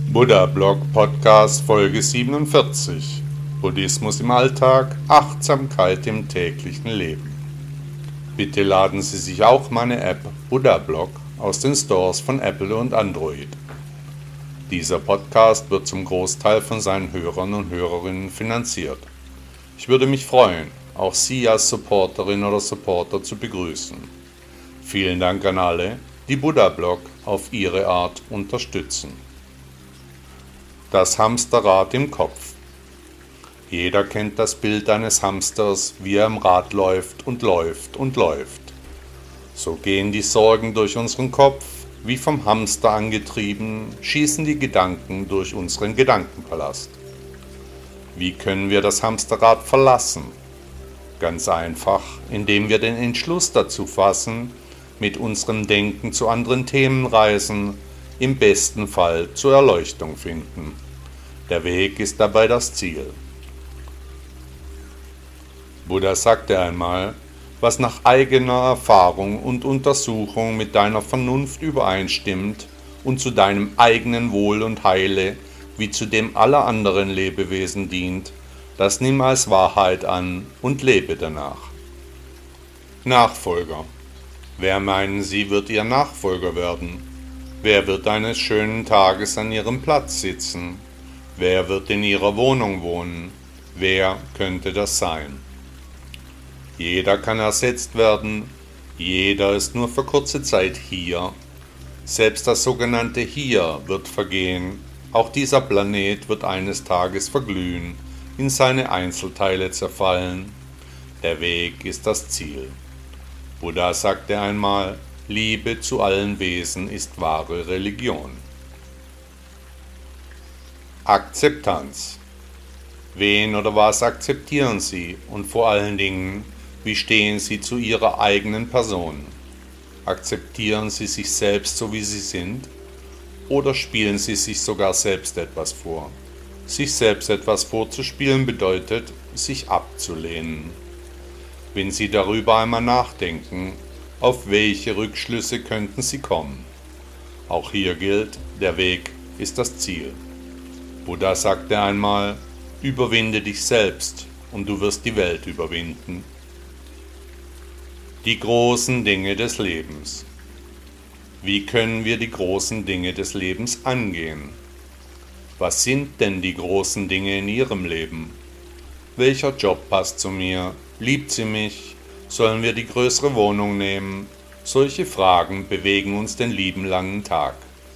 Buddha-Blog Podcast Folge 47 Buddhismus im Alltag, Achtsamkeit im täglichen Leben. Bitte laden Sie sich auch meine App Buddha-Blog aus den Stores von Apple und Android. Dieser Podcast wird zum Großteil von seinen Hörern und Hörerinnen finanziert. Ich würde mich freuen, auch Sie als Supporterin oder Supporter zu begrüßen. Vielen Dank an alle, die Buddha-Blog auf ihre Art unterstützen. Das Hamsterrad im Kopf. Jeder kennt das Bild eines Hamsters, wie er im Rad läuft und läuft und läuft. So gehen die Sorgen durch unseren Kopf, wie vom Hamster angetrieben, schießen die Gedanken durch unseren Gedankenpalast. Wie können wir das Hamsterrad verlassen? Ganz einfach, indem wir den Entschluss dazu fassen, mit unserem Denken zu anderen Themen reisen, im besten Fall zur Erleuchtung finden. Der Weg ist dabei das Ziel. Buddha sagte einmal, was nach eigener Erfahrung und Untersuchung mit deiner Vernunft übereinstimmt und zu deinem eigenen Wohl und Heile wie zu dem aller anderen Lebewesen dient, das nimm als Wahrheit an und lebe danach. Nachfolger. Wer meinen Sie, wird Ihr Nachfolger werden? Wer wird eines schönen Tages an Ihrem Platz sitzen? Wer wird in Ihrer Wohnung wohnen? Wer könnte das sein? Jeder kann ersetzt werden, jeder ist nur für kurze Zeit hier. Selbst das sogenannte Hier wird vergehen, auch dieser Planet wird eines Tages verglühen, in seine Einzelteile zerfallen. Der Weg ist das Ziel. Buddha sagte einmal, Liebe zu allen Wesen ist wahre Religion. Akzeptanz. Wen oder was akzeptieren Sie und vor allen Dingen, wie stehen Sie zu Ihrer eigenen Person? Akzeptieren Sie sich selbst so wie Sie sind oder spielen Sie sich sogar selbst etwas vor? Sich selbst etwas vorzuspielen bedeutet, sich abzulehnen. Wenn Sie darüber einmal nachdenken, auf welche Rückschlüsse könnten Sie kommen? Auch hier gilt, der Weg ist das Ziel. Buddha sagte einmal, überwinde dich selbst und du wirst die Welt überwinden. Die großen Dinge des Lebens. Wie können wir die großen Dinge des Lebens angehen? Was sind denn die großen Dinge in Ihrem Leben? Welcher Job passt zu mir? Liebt sie mich? Sollen wir die größere Wohnung nehmen? Solche Fragen bewegen uns den lieben langen Tag.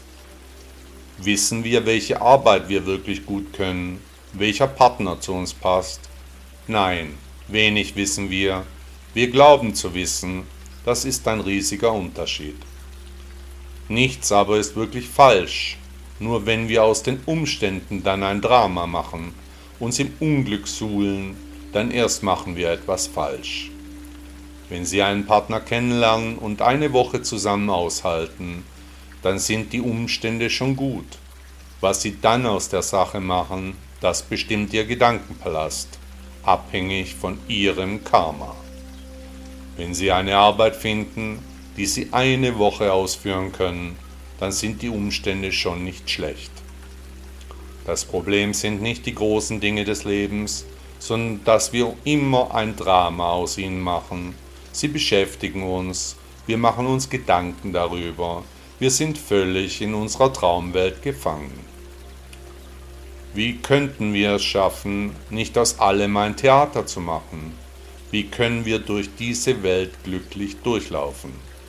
Wissen wir, welche Arbeit wir wirklich gut können? Welcher Partner zu uns passt? Nein, wenig wissen wir. Wir glauben zu wissen, das ist ein riesiger Unterschied. Nichts aber ist wirklich falsch, nur wenn wir aus den Umständen dann ein Drama machen, uns im Unglück suhlen, dann erst machen wir etwas falsch. Wenn Sie einen Partner kennenlernen und eine Woche zusammen aushalten, dann sind die Umstände schon gut. Was Sie dann aus der Sache machen, das bestimmt Ihr Gedankenpalast, abhängig von Ihrem Karma. Wenn Sie eine Arbeit finden, die Sie eine Woche ausführen können, dann sind die Umstände schon nicht schlecht. Das Problem sind nicht die großen Dinge des Lebens, sondern dass wir immer ein Drama aus ihnen machen. Sie beschäftigen uns, wir machen uns Gedanken darüber, wir sind völlig in unserer Traumwelt gefangen. Wie könnten wir es schaffen, nicht aus allem ein Theater zu machen? Wie können wir durch diese Welt glücklich durchlaufen?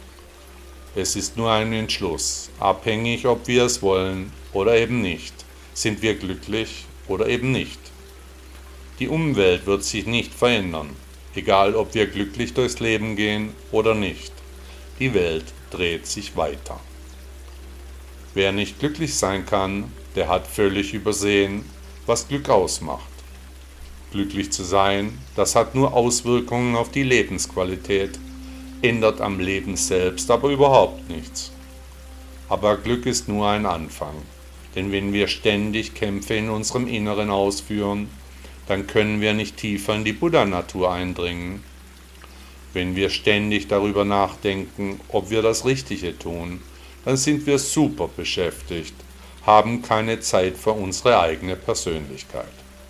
Es ist nur ein Entschluss, abhängig, ob wir es wollen oder eben nicht. Sind wir glücklich oder eben nicht? Die Umwelt wird sich nicht verändern, egal ob wir glücklich durchs Leben gehen oder nicht. Die Welt dreht sich weiter. Wer nicht glücklich sein kann, der hat völlig übersehen, was Glück ausmacht. Glücklich zu sein, das hat nur Auswirkungen auf die Lebensqualität, ändert am Leben selbst aber überhaupt nichts. Aber Glück ist nur ein Anfang, denn wenn wir ständig Kämpfe in unserem Inneren ausführen, dann können wir nicht tiefer in die Buddha-Natur eindringen. Wenn wir ständig darüber nachdenken, ob wir das Richtige tun, dann sind wir super beschäftigt, haben keine Zeit für unsere eigene Persönlichkeit.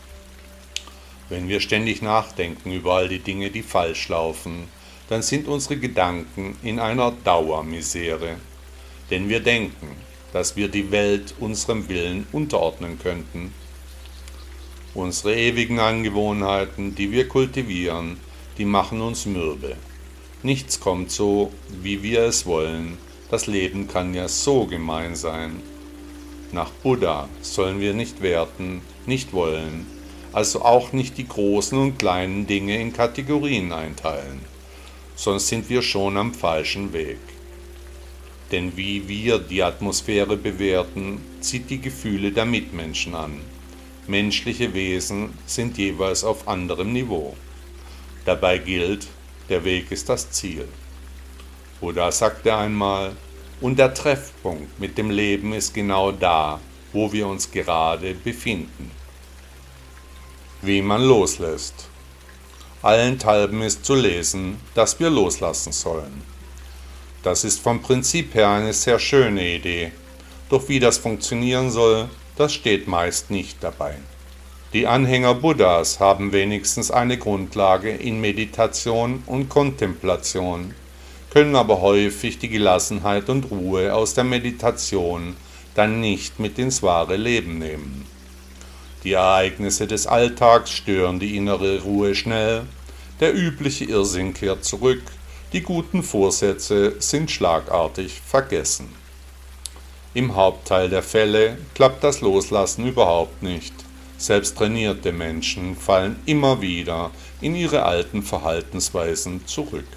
Wenn wir ständig nachdenken über all die Dinge, die falsch laufen, dann sind unsere Gedanken in einer Dauermisere. Denn wir denken, dass wir die Welt unserem Willen unterordnen könnten. Unsere ewigen Angewohnheiten, die wir kultivieren, die machen uns mürbe. Nichts kommt so, wie wir es wollen. Das Leben kann ja so gemein sein. Nach Buddha sollen wir nicht werten, nicht wollen, also auch nicht die großen und kleinen Dinge in Kategorien einteilen, sonst sind wir schon am falschen Weg. Denn wie wir die Atmosphäre bewerten, zieht die Gefühle der Mitmenschen an. Menschliche Wesen sind jeweils auf anderem Niveau. Dabei gilt, der Weg ist das Ziel. Buddha sagte einmal, und der Treffpunkt mit dem Leben ist genau da, wo wir uns gerade befinden. Wie man loslässt. Allenthalben ist zu lesen, dass wir loslassen sollen. Das ist vom Prinzip her eine sehr schöne Idee, doch wie das funktionieren soll, das steht meist nicht dabei. Die Anhänger Buddhas haben wenigstens eine Grundlage in Meditation und Kontemplation, können aber häufig die Gelassenheit und Ruhe aus der Meditation dann nicht mit ins wahre Leben nehmen. Die Ereignisse des Alltags stören die innere Ruhe schnell, der übliche Irrsinn kehrt zurück, die guten Vorsätze sind schlagartig vergessen. Im Hauptteil der Fälle klappt das Loslassen überhaupt nicht. Selbst trainierte Menschen fallen immer wieder in ihre alten Verhaltensweisen zurück.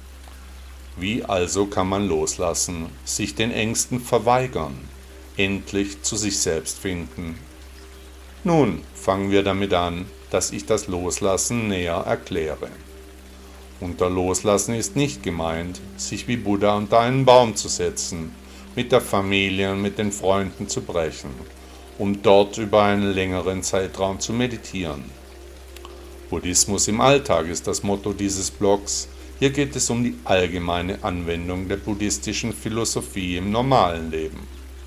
Wie also kann man loslassen, sich den Ängsten verweigern, endlich zu sich selbst finden? Nun, fangen wir damit an, dass ich das Loslassen näher erkläre. Unter Loslassen ist nicht gemeint, sich wie Buddha unter einen Baum zu setzen, mit der Familie und mit den Freunden zu brechen, um dort über einen längeren Zeitraum zu meditieren. Buddhismus im Alltag ist das Motto dieses Blogs. Hier geht es um die allgemeine Anwendung der buddhistischen Philosophie im normalen Leben.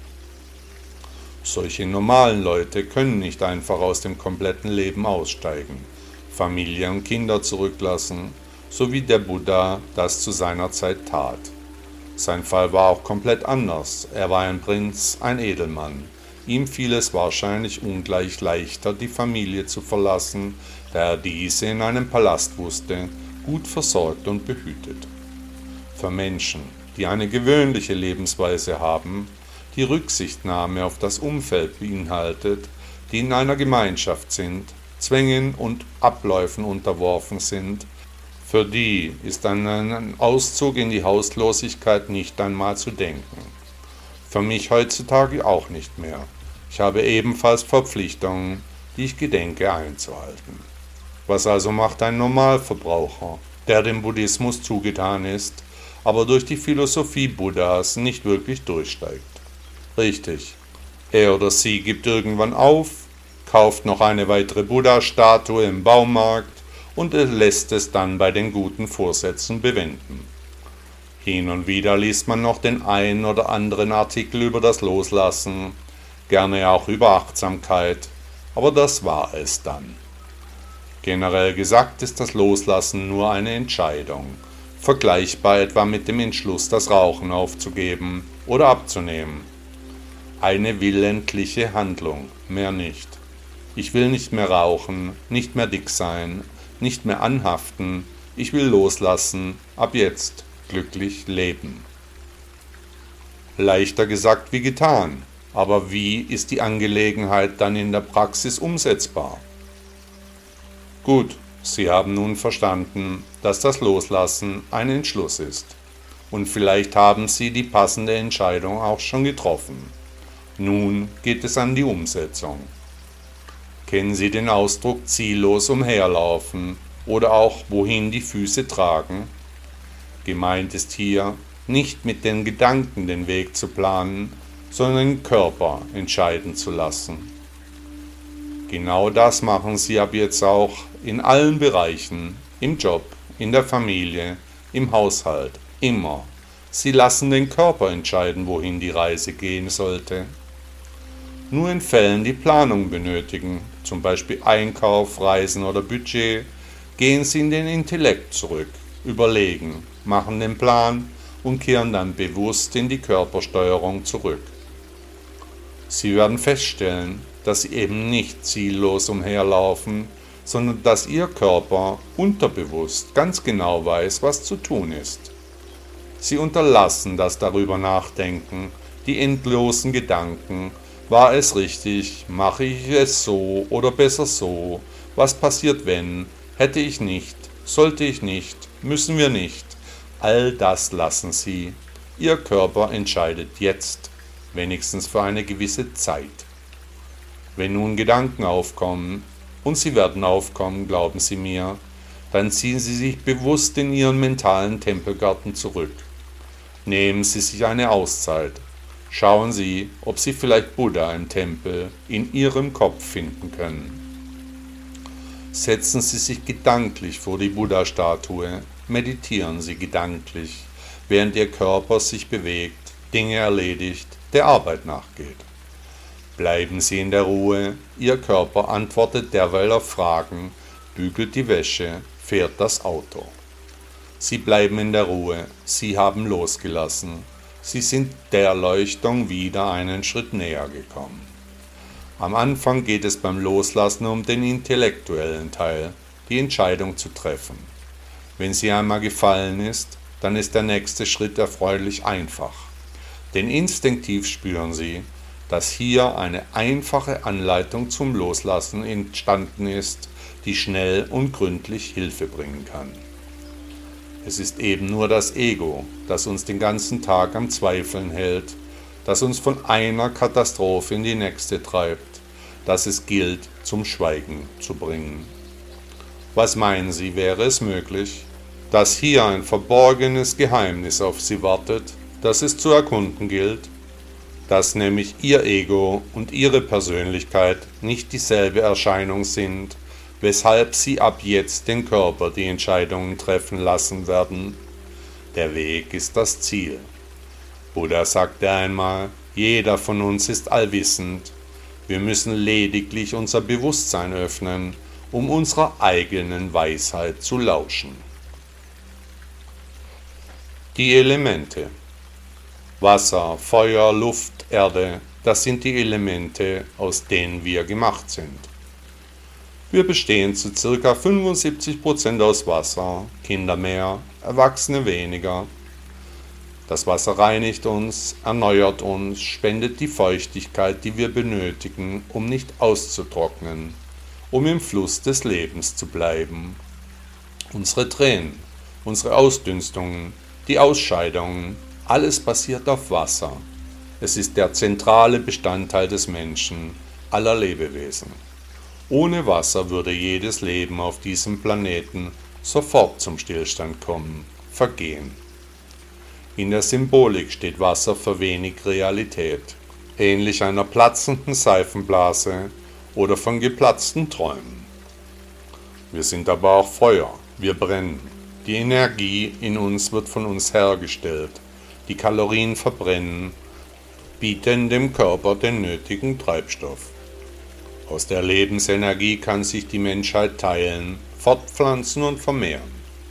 Solche normalen Leute können nicht einfach aus dem kompletten Leben aussteigen, Familie und Kinder zurücklassen, so wie der Buddha das zu seiner Zeit tat. Sein Fall war auch komplett anders. Er war ein Prinz, ein Edelmann. Ihm fiel es wahrscheinlich ungleich leichter, die Familie zu verlassen, da er diese in einem Palast wusste, gut versorgt und behütet. Für Menschen, die eine gewöhnliche Lebensweise haben, die Rücksichtnahme auf das Umfeld beinhaltet, die in einer Gemeinschaft sind, Zwängen und Abläufen unterworfen sind, für die ist an einen Auszug in die Hauslosigkeit nicht einmal zu denken. Für mich heutzutage auch nicht mehr. Ich habe ebenfalls Verpflichtungen, die ich gedenke einzuhalten. Was also macht ein Normalverbraucher, der dem Buddhismus zugetan ist, aber durch die Philosophie Buddhas nicht wirklich durchsteigt? Richtig, er oder sie gibt irgendwann auf, kauft noch eine weitere Buddha-Statue im Baumarkt und lässt es dann bei den guten Vorsätzen bewenden. Hin und wieder liest man noch den einen oder anderen Artikel über das Loslassen, gerne auch über Achtsamkeit, aber das war es dann. Generell gesagt ist das Loslassen nur eine Entscheidung, vergleichbar etwa mit dem Entschluss, das Rauchen aufzugeben oder abzunehmen. Eine willentliche Handlung, mehr nicht. Ich will nicht mehr rauchen, nicht mehr dick sein, nicht mehr anhaften, ich will loslassen, ab jetzt glücklich leben. Leichter gesagt wie getan, aber wie ist die Angelegenheit dann in der Praxis umsetzbar? Gut, Sie haben nun verstanden, dass das Loslassen ein Entschluss ist. Und vielleicht haben Sie die passende Entscheidung auch schon getroffen. Nun geht es an die Umsetzung. Kennen Sie den Ausdruck ziellos umherlaufen oder auch wohin die Füße tragen? Gemeint ist hier, nicht mit den Gedanken den Weg zu planen, sondern den Körper entscheiden zu lassen. Genau das machen Sie ab jetzt auch in allen Bereichen, im Job, in der Familie, im Haushalt, immer. Sie lassen den Körper entscheiden, wohin die Reise gehen sollte. Nur in Fällen, die Planung benötigen, zum Beispiel Einkauf, Reisen oder Budget, gehen sie in den Intellekt zurück, überlegen, machen den Plan und kehren dann bewusst in die Körpersteuerung zurück. Sie werden feststellen, dass sie eben nicht ziellos umherlaufen, sondern dass ihr Körper unterbewusst ganz genau weiß, was zu tun ist. Sie unterlassen das darüber nachdenken, die endlosen Gedanken, war es richtig, mache ich es so oder besser so, was passiert wenn, hätte ich nicht, sollte ich nicht, müssen wir nicht, all das lassen Sie. Ihr Körper entscheidet jetzt, wenigstens für eine gewisse Zeit. Wenn nun Gedanken aufkommen, und sie werden aufkommen, glauben Sie mir, dann ziehen Sie sich bewusst in Ihren mentalen Tempelgarten zurück. Nehmen Sie sich eine Auszeit. Schauen Sie, ob Sie vielleicht Buddha im Tempel in Ihrem Kopf finden können. Setzen Sie sich gedanklich vor die Buddha-Statue, meditieren Sie gedanklich, während Ihr Körper sich bewegt, Dinge erledigt, der Arbeit nachgeht. Bleiben Sie in der Ruhe, Ihr Körper antwortet derweil auf Fragen, bügelt die Wäsche, fährt das Auto. Sie bleiben in der Ruhe, Sie haben losgelassen, Sie sind der Erleuchtung wieder einen Schritt näher gekommen. Am Anfang geht es beim Loslassen um den intellektuellen Teil, die Entscheidung zu treffen. Wenn sie einmal gefallen ist, dann ist der nächste Schritt erfreulich einfach. Denn instinktiv spüren Sie, dass hier eine einfache Anleitung zum Loslassen entstanden ist, die schnell und gründlich Hilfe bringen kann. Es ist eben nur das Ego, das uns den ganzen Tag am Zweifeln hält, das uns von einer Katastrophe in die nächste treibt, das es gilt, zum Schweigen zu bringen. Was meinen Sie, wäre es möglich, dass hier ein verborgenes Geheimnis auf Sie wartet, das es zu erkunden gilt? Dass nämlich Ihr Ego und Ihre Persönlichkeit nicht dieselbe Erscheinung sind, weshalb Sie ab jetzt den Körper die Entscheidungen treffen lassen werden. Der Weg ist das Ziel. Buddha sagte einmal, jeder von uns ist allwissend. Wir müssen lediglich unser Bewusstsein öffnen, um unserer eigenen Weisheit zu lauschen. Die Elemente. Wasser, Feuer, Luft, Erde, das sind die Elemente, aus denen wir gemacht sind. Wir bestehen zu ca. 75% aus Wasser, Kinder mehr, Erwachsene weniger. Das Wasser reinigt uns, erneuert uns, spendet die Feuchtigkeit, die wir benötigen, um nicht auszutrocknen, um im Fluss des Lebens zu bleiben. Unsere Tränen, unsere Ausdünstungen, die Ausscheidungen, alles basiert auf Wasser. Es ist der zentrale Bestandteil des Menschen, aller Lebewesen. Ohne Wasser würde jedes Leben auf diesem Planeten sofort zum Stillstand kommen, vergehen. In der Symbolik steht Wasser für wenig Realität, ähnlich einer platzenden Seifenblase oder von geplatzten Träumen. Wir sind aber auch Feuer, wir brennen. Die Energie in uns wird von uns hergestellt. Die Kalorien verbrennen, bieten dem Körper den nötigen Treibstoff. Aus der Lebensenergie kann sich die Menschheit teilen, fortpflanzen und vermehren.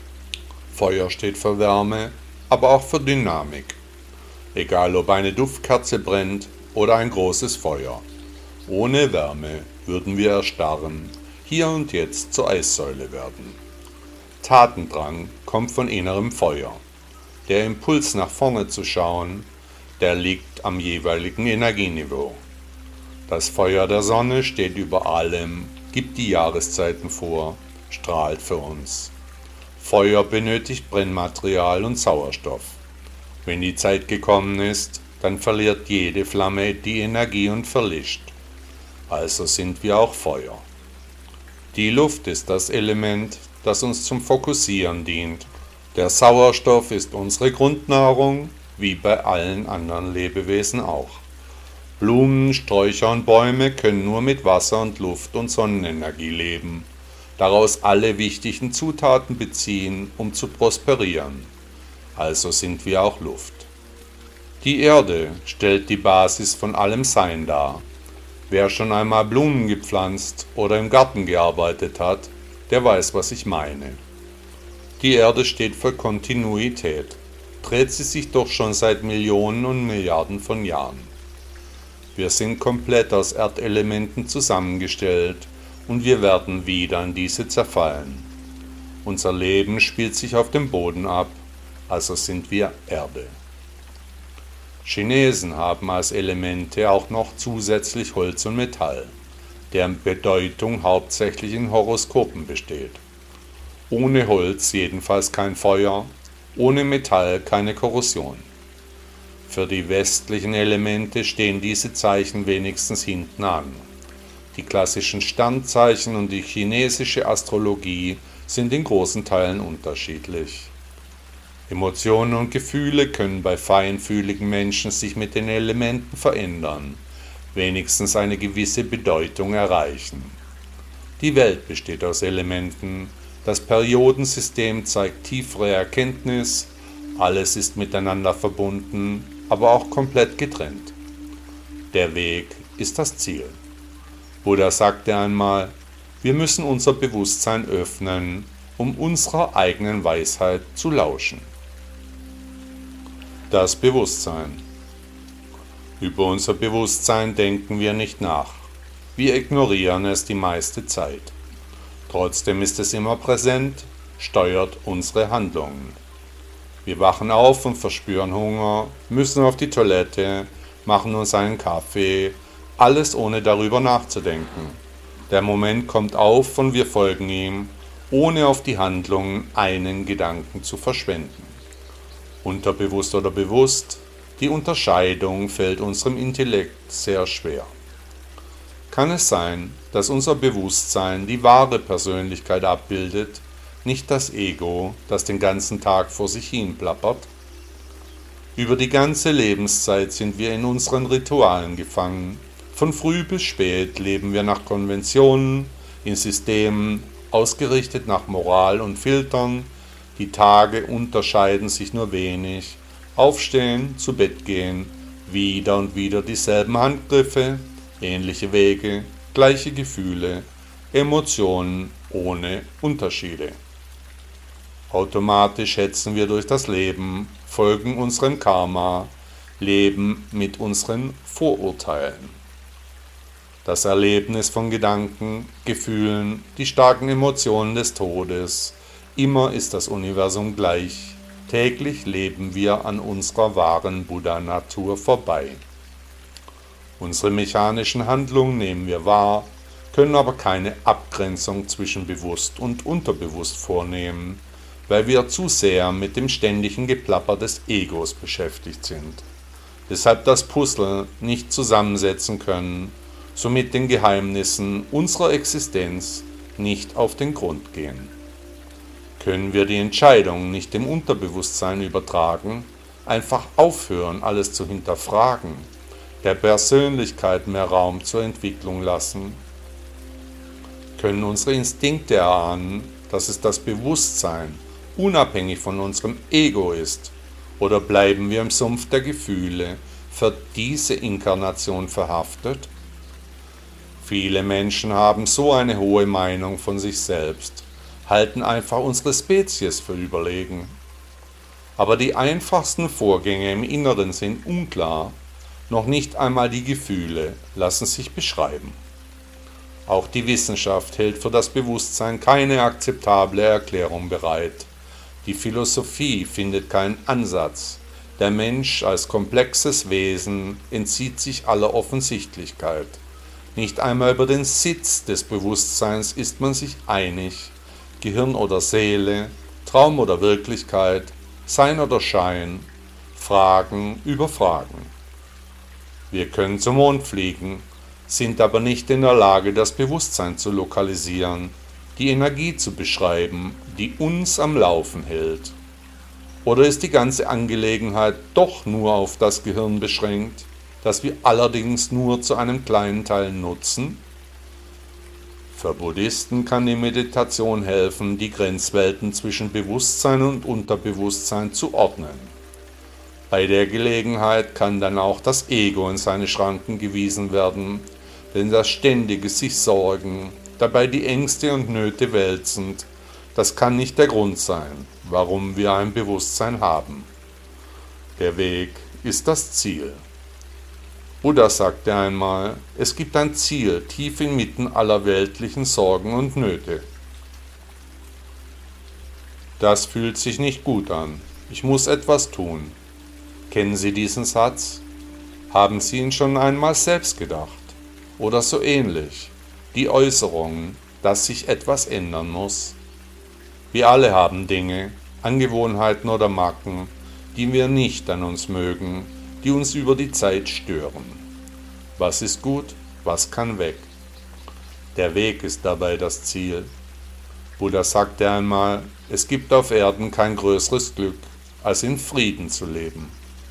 Feuer steht für Wärme, aber auch für Dynamik. Egal ob eine Duftkerze brennt oder ein großes Feuer. Ohne Wärme würden wir erstarren, hier und jetzt zur Eissäule werden. Tatendrang kommt von innerem Feuer. Der Impuls nach vorne zu schauen, der liegt am jeweiligen Energieniveau. Das Feuer der Sonne steht über allem, gibt die Jahreszeiten vor, strahlt für uns. Feuer benötigt Brennmaterial und Sauerstoff. Wenn die Zeit gekommen ist, dann verliert jede Flamme die Energie und verlischt. Also sind wir auch Feuer. Die Luft ist das Element, das uns zum Fokussieren dient. Der Sauerstoff ist unsere Grundnahrung, wie bei allen anderen Lebewesen auch. Blumen, Sträucher und Bäume können nur mit Wasser und Luft und Sonnenenergie leben, daraus alle wichtigen Zutaten beziehen, um zu prosperieren. Also sind wir auch Luft. Die Erde stellt die Basis von allem Sein dar. Wer schon einmal Blumen gepflanzt oder im Garten gearbeitet hat, der weiß, was ich meine. Die Erde steht für Kontinuität. Dreht sie sich doch schon seit Millionen und Milliarden von Jahren. Wir sind komplett aus Erdelementen zusammengestellt und wir werden wieder in diese zerfallen. Unser Leben spielt sich auf dem Boden ab, also sind wir Erde. Chinesen haben als Elemente auch noch zusätzlich Holz und Metall, deren Bedeutung hauptsächlich in Horoskopen besteht. Ohne Holz jedenfalls kein Feuer, ohne Metall keine Korrosion. Für die westlichen Elemente stehen diese Zeichen wenigstens hinten an. Die klassischen Sternzeichen und die chinesische Astrologie sind in großen Teilen unterschiedlich. Emotionen und Gefühle können bei feinfühligen Menschen sich mit den Elementen verändern, wenigstens eine gewisse Bedeutung erreichen. Die Welt besteht aus Elementen, das Periodensystem zeigt tiefere Erkenntnis, alles ist miteinander verbunden, aber auch komplett getrennt. Der Weg ist das Ziel. Buddha sagte einmal, wir müssen unser Bewusstsein öffnen, um unserer eigenen Weisheit zu lauschen. Das Bewusstsein. Über unser Bewusstsein denken wir nicht nach. Wir ignorieren es die meiste Zeit. Trotzdem ist es immer präsent, steuert unsere Handlungen. Wir wachen auf und verspüren Hunger, müssen auf die Toilette, machen uns einen Kaffee, alles ohne darüber nachzudenken. Der Moment kommt auf und wir folgen ihm, ohne auf die Handlungen einen Gedanken zu verschwenden. Unterbewusst oder bewusst, die Unterscheidung fällt unserem Intellekt sehr schwer. Kann es sein, dass unser Bewusstsein die wahre Persönlichkeit abbildet, nicht das Ego, das den ganzen Tag vor sich hin plappert? Über die ganze Lebenszeit sind wir in unseren Ritualen gefangen. Von früh bis spät leben wir nach Konventionen, in Systemen, ausgerichtet nach Moral und Filtern. Die Tage unterscheiden sich nur wenig. Aufstehen, zu Bett gehen, wieder und wieder dieselben Handgriffe, ähnliche Wege, gleiche Gefühle, Emotionen ohne Unterschiede. Automatisch hetzen wir durch das Leben, folgen unserem Karma, leben mit unseren Vorurteilen. Das Erlebnis von Gedanken, Gefühlen, die starken Emotionen des Todes, immer ist das Universum gleich. Täglich leben wir an unserer wahren Buddha-Natur vorbei. Unsere mechanischen Handlungen nehmen wir wahr, können aber keine Abgrenzung zwischen bewusst und unterbewusst vornehmen, weil wir zu sehr mit dem ständigen Geplapper des Egos beschäftigt sind. Deshalb das Puzzle nicht zusammensetzen können, somit den Geheimnissen unserer Existenz nicht auf den Grund gehen. Können wir die Entscheidung nicht dem Unterbewusstsein übertragen, einfach aufhören, alles zu hinterfragen, der Persönlichkeit mehr Raum zur Entwicklung lassen? Können unsere Instinkte erahnen, dass es das Bewusstsein unabhängig von unserem Ego ist, oder bleiben wir im Sumpf der Gefühle für diese Inkarnation verhaftet? Viele Menschen haben so eine hohe Meinung von sich selbst, halten einfach unsere Spezies für überlegen. Aber die einfachsten Vorgänge im Inneren sind unklar, noch nicht einmal die Gefühle lassen sich beschreiben. Auch die Wissenschaft hält für das Bewusstsein keine akzeptable Erklärung bereit. Die Philosophie findet keinen Ansatz. Der Mensch als komplexes Wesen entzieht sich aller Offensichtlichkeit. Nicht einmal über den Sitz des Bewusstseins ist man sich einig. Gehirn oder Seele, Traum oder Wirklichkeit, Sein oder Schein, Fragen über Fragen. Wir können zum Mond fliegen, sind aber nicht in der Lage, das Bewusstsein zu lokalisieren, die Energie zu beschreiben, die uns am Laufen hält. Oder ist die ganze Angelegenheit doch nur auf das Gehirn beschränkt, das wir allerdings nur zu einem kleinen Teil nutzen? Für Buddhisten kann die Meditation helfen, die Grenzwelten zwischen Bewusstsein und Unterbewusstsein zu ordnen. Bei der Gelegenheit kann dann auch das Ego in seine Schranken gewiesen werden. Denn das ständige sich Sorgen, dabei die Ängste und Nöte wälzend, das kann nicht der Grund sein, warum wir ein Bewusstsein haben. Der Weg ist das Ziel. Buddha sagte einmal, es gibt ein Ziel tief inmitten aller weltlichen Sorgen und Nöte. Das fühlt sich nicht gut an. Ich muss etwas tun. Kennen Sie diesen Satz? Haben Sie ihn schon einmal selbst gedacht? Oder so ähnlich? Die Äußerung, dass sich etwas ändern muss. Wir alle haben Dinge, Angewohnheiten oder Macken, die wir nicht an uns mögen, die uns über die Zeit stören. Was ist gut, was kann weg? Der Weg ist dabei das Ziel. Buddha sagte einmal, es gibt auf Erden kein größeres Glück, als in Frieden zu leben.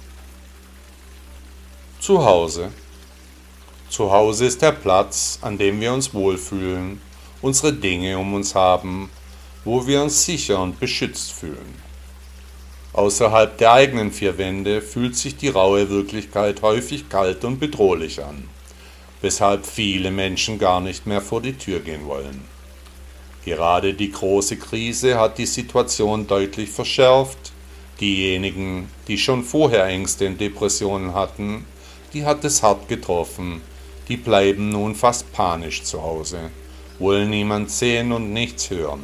Zuhause. Zuhause ist der Platz, an dem wir uns wohlfühlen, unsere Dinge um uns haben, wo wir uns sicher und beschützt fühlen. Außerhalb der eigenen vier Wände fühlt sich die raue Wirklichkeit häufig kalt und bedrohlich an, weshalb viele Menschen gar nicht mehr vor die Tür gehen wollen. Gerade die große Krise hat die Situation deutlich verschärft. Diejenigen, die schon vorher Ängste und Depressionen hatten, die hat es hart getroffen. Die bleiben nun fast panisch zu Hause, wollen niemand sehen und nichts hören.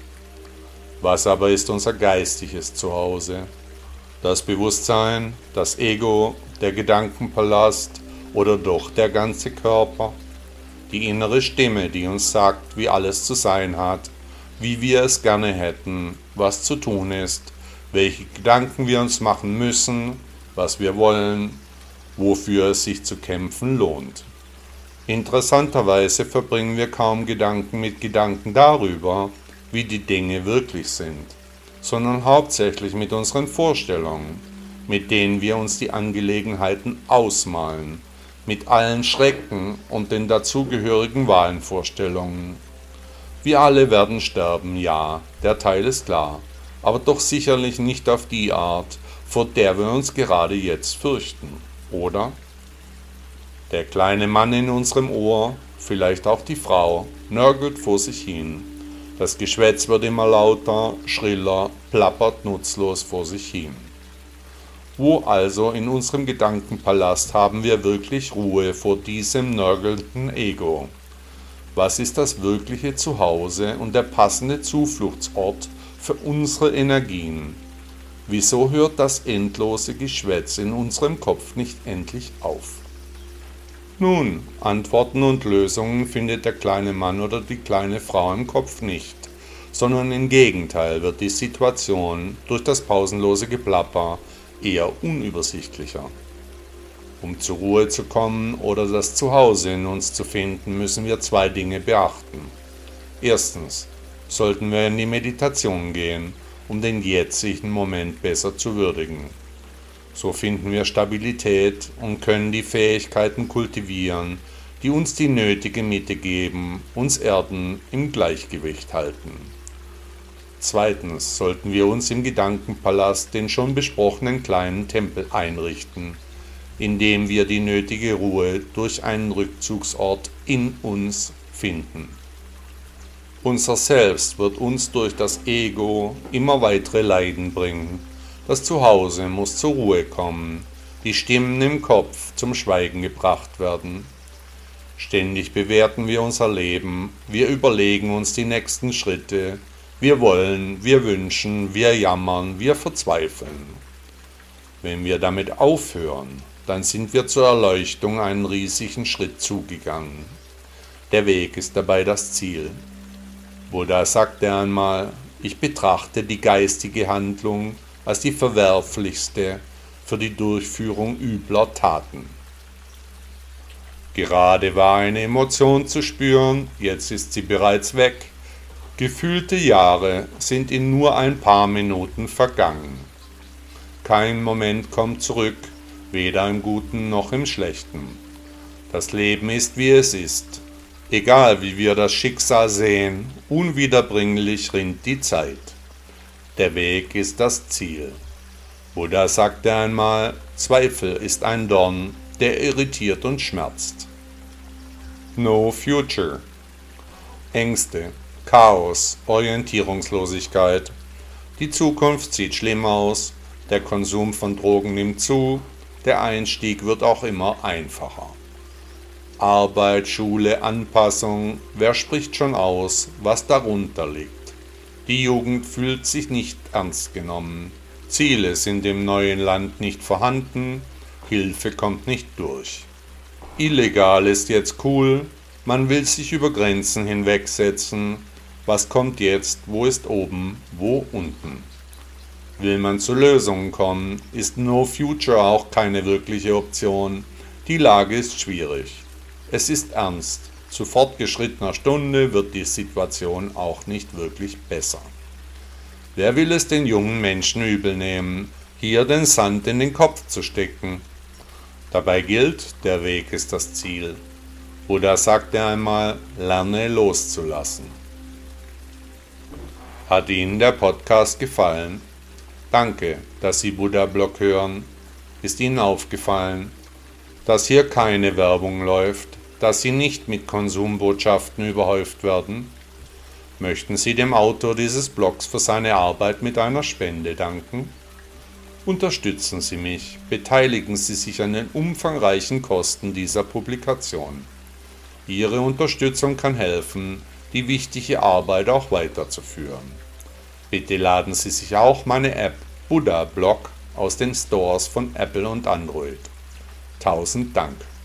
Was aber ist unser geistiges Zuhause? Das Bewusstsein, das Ego, der Gedankenpalast oder doch der ganze Körper? Die innere Stimme, die uns sagt, wie alles zu sein hat, wie wir es gerne hätten, was zu tun ist, welche Gedanken wir uns machen müssen, was wir wollen, wofür es sich zu kämpfen lohnt. Interessanterweise verbringen wir kaum Gedanken mit Gedanken darüber, wie die Dinge wirklich sind, sondern hauptsächlich mit unseren Vorstellungen, mit denen wir uns die Angelegenheiten ausmalen, mit allen Schrecken und den dazugehörigen Wahnvorstellungen. Wir alle werden sterben, ja, der Teil ist klar, aber doch sicherlich nicht auf die Art, vor der wir uns gerade jetzt fürchten, oder? Der kleine Mann in unserem Ohr, vielleicht auch die Frau, nörgelt vor sich hin. Das Geschwätz wird immer lauter, schriller, plappert nutzlos vor sich hin. Wo also in unserem Gedankenpalast haben wir wirklich Ruhe vor diesem nörgelnden Ego? Was ist das wirkliche Zuhause und der passende Zufluchtsort für unsere Energien? Wieso hört das endlose Geschwätz in unserem Kopf nicht endlich auf? Nun, Antworten und Lösungen findet der kleine Mann oder die kleine Frau im Kopf nicht, sondern im Gegenteil wird die Situation durch das pausenlose Geplapper eher unübersichtlicher. Um zur Ruhe zu kommen oder das Zuhause in uns zu finden, müssen wir zwei Dinge beachten. Erstens sollten wir in die Meditation gehen, um den jetzigen Moment besser zu würdigen. So finden wir Stabilität und können die Fähigkeiten kultivieren, die uns die nötige Mitte geben, uns erden, im Gleichgewicht halten. Zweitens sollten wir uns im Gedankenpalast den schon besprochenen kleinen Tempel einrichten, in dem wir die nötige Ruhe durch einen Rückzugsort in uns finden. Unser Selbst wird uns durch das Ego immer weitere Leiden bringen. Das Zuhause muss zur Ruhe kommen, die Stimmen im Kopf zum Schweigen gebracht werden. Ständig bewerten wir unser Leben, wir überlegen uns die nächsten Schritte, wir wollen, wir wünschen, wir jammern, wir verzweifeln. Wenn wir damit aufhören, dann sind wir zur Erleuchtung einen riesigen Schritt zugegangen. Der Weg ist dabei das Ziel. Buddha sagte einmal, ich betrachte die geistige Handlung als die verwerflichste für die Durchführung übler Taten. Gerade war eine Emotion zu spüren, jetzt ist sie bereits weg. Gefühlte Jahre sind in nur ein paar Minuten vergangen. Kein Moment kommt zurück, weder im Guten noch im Schlechten. Das Leben ist, wie es ist. Egal wie wir das Schicksal sehen, unwiederbringlich rinnt die Zeit. Der Weg ist das Ziel. Buddha sagte einmal, Zweifel ist ein Dorn, der irritiert und schmerzt. No Future. Ängste, Chaos, Orientierungslosigkeit. Die Zukunft sieht schlimm aus, der Konsum von Drogen nimmt zu, der Einstieg wird auch immer einfacher. Arbeit, Schule, Anpassung, wer spricht schon aus, was darunter liegt? Die Jugend fühlt sich nicht ernst genommen, Ziele sind im neuen Land nicht vorhanden, Hilfe kommt nicht durch. Illegal ist jetzt cool, man will sich über Grenzen hinwegsetzen. Was kommt jetzt? Wo ist oben? Wo unten? Will man zu Lösungen kommen, ist No Future auch keine wirkliche Option. Die Lage ist schwierig. Es ist ernst. Zu fortgeschrittener Stunde wird die Situation auch nicht wirklich besser. Wer will es den jungen Menschen übel nehmen, hier den Sand in den Kopf zu stecken? Dabei gilt, der Weg ist das Ziel. Buddha sagte einmal, lerne loszulassen. Hat Ihnen der Podcast gefallen? Danke, dass Sie Buddha-Blog hören. Ist Ihnen aufgefallen, dass hier keine Werbung läuft, dass Sie nicht mit Konsumbotschaften überhäuft werden? Möchten Sie dem Autor dieses Blogs für seine Arbeit mit einer Spende danken? Unterstützen Sie mich, beteiligen Sie sich an den umfangreichen Kosten dieser Publikation. Ihre Unterstützung kann helfen, die wichtige Arbeit auch weiterzuführen. Bitte laden Sie sich auch meine App Buddha Blog aus den Stores von Apple und Android. 1000 Dank.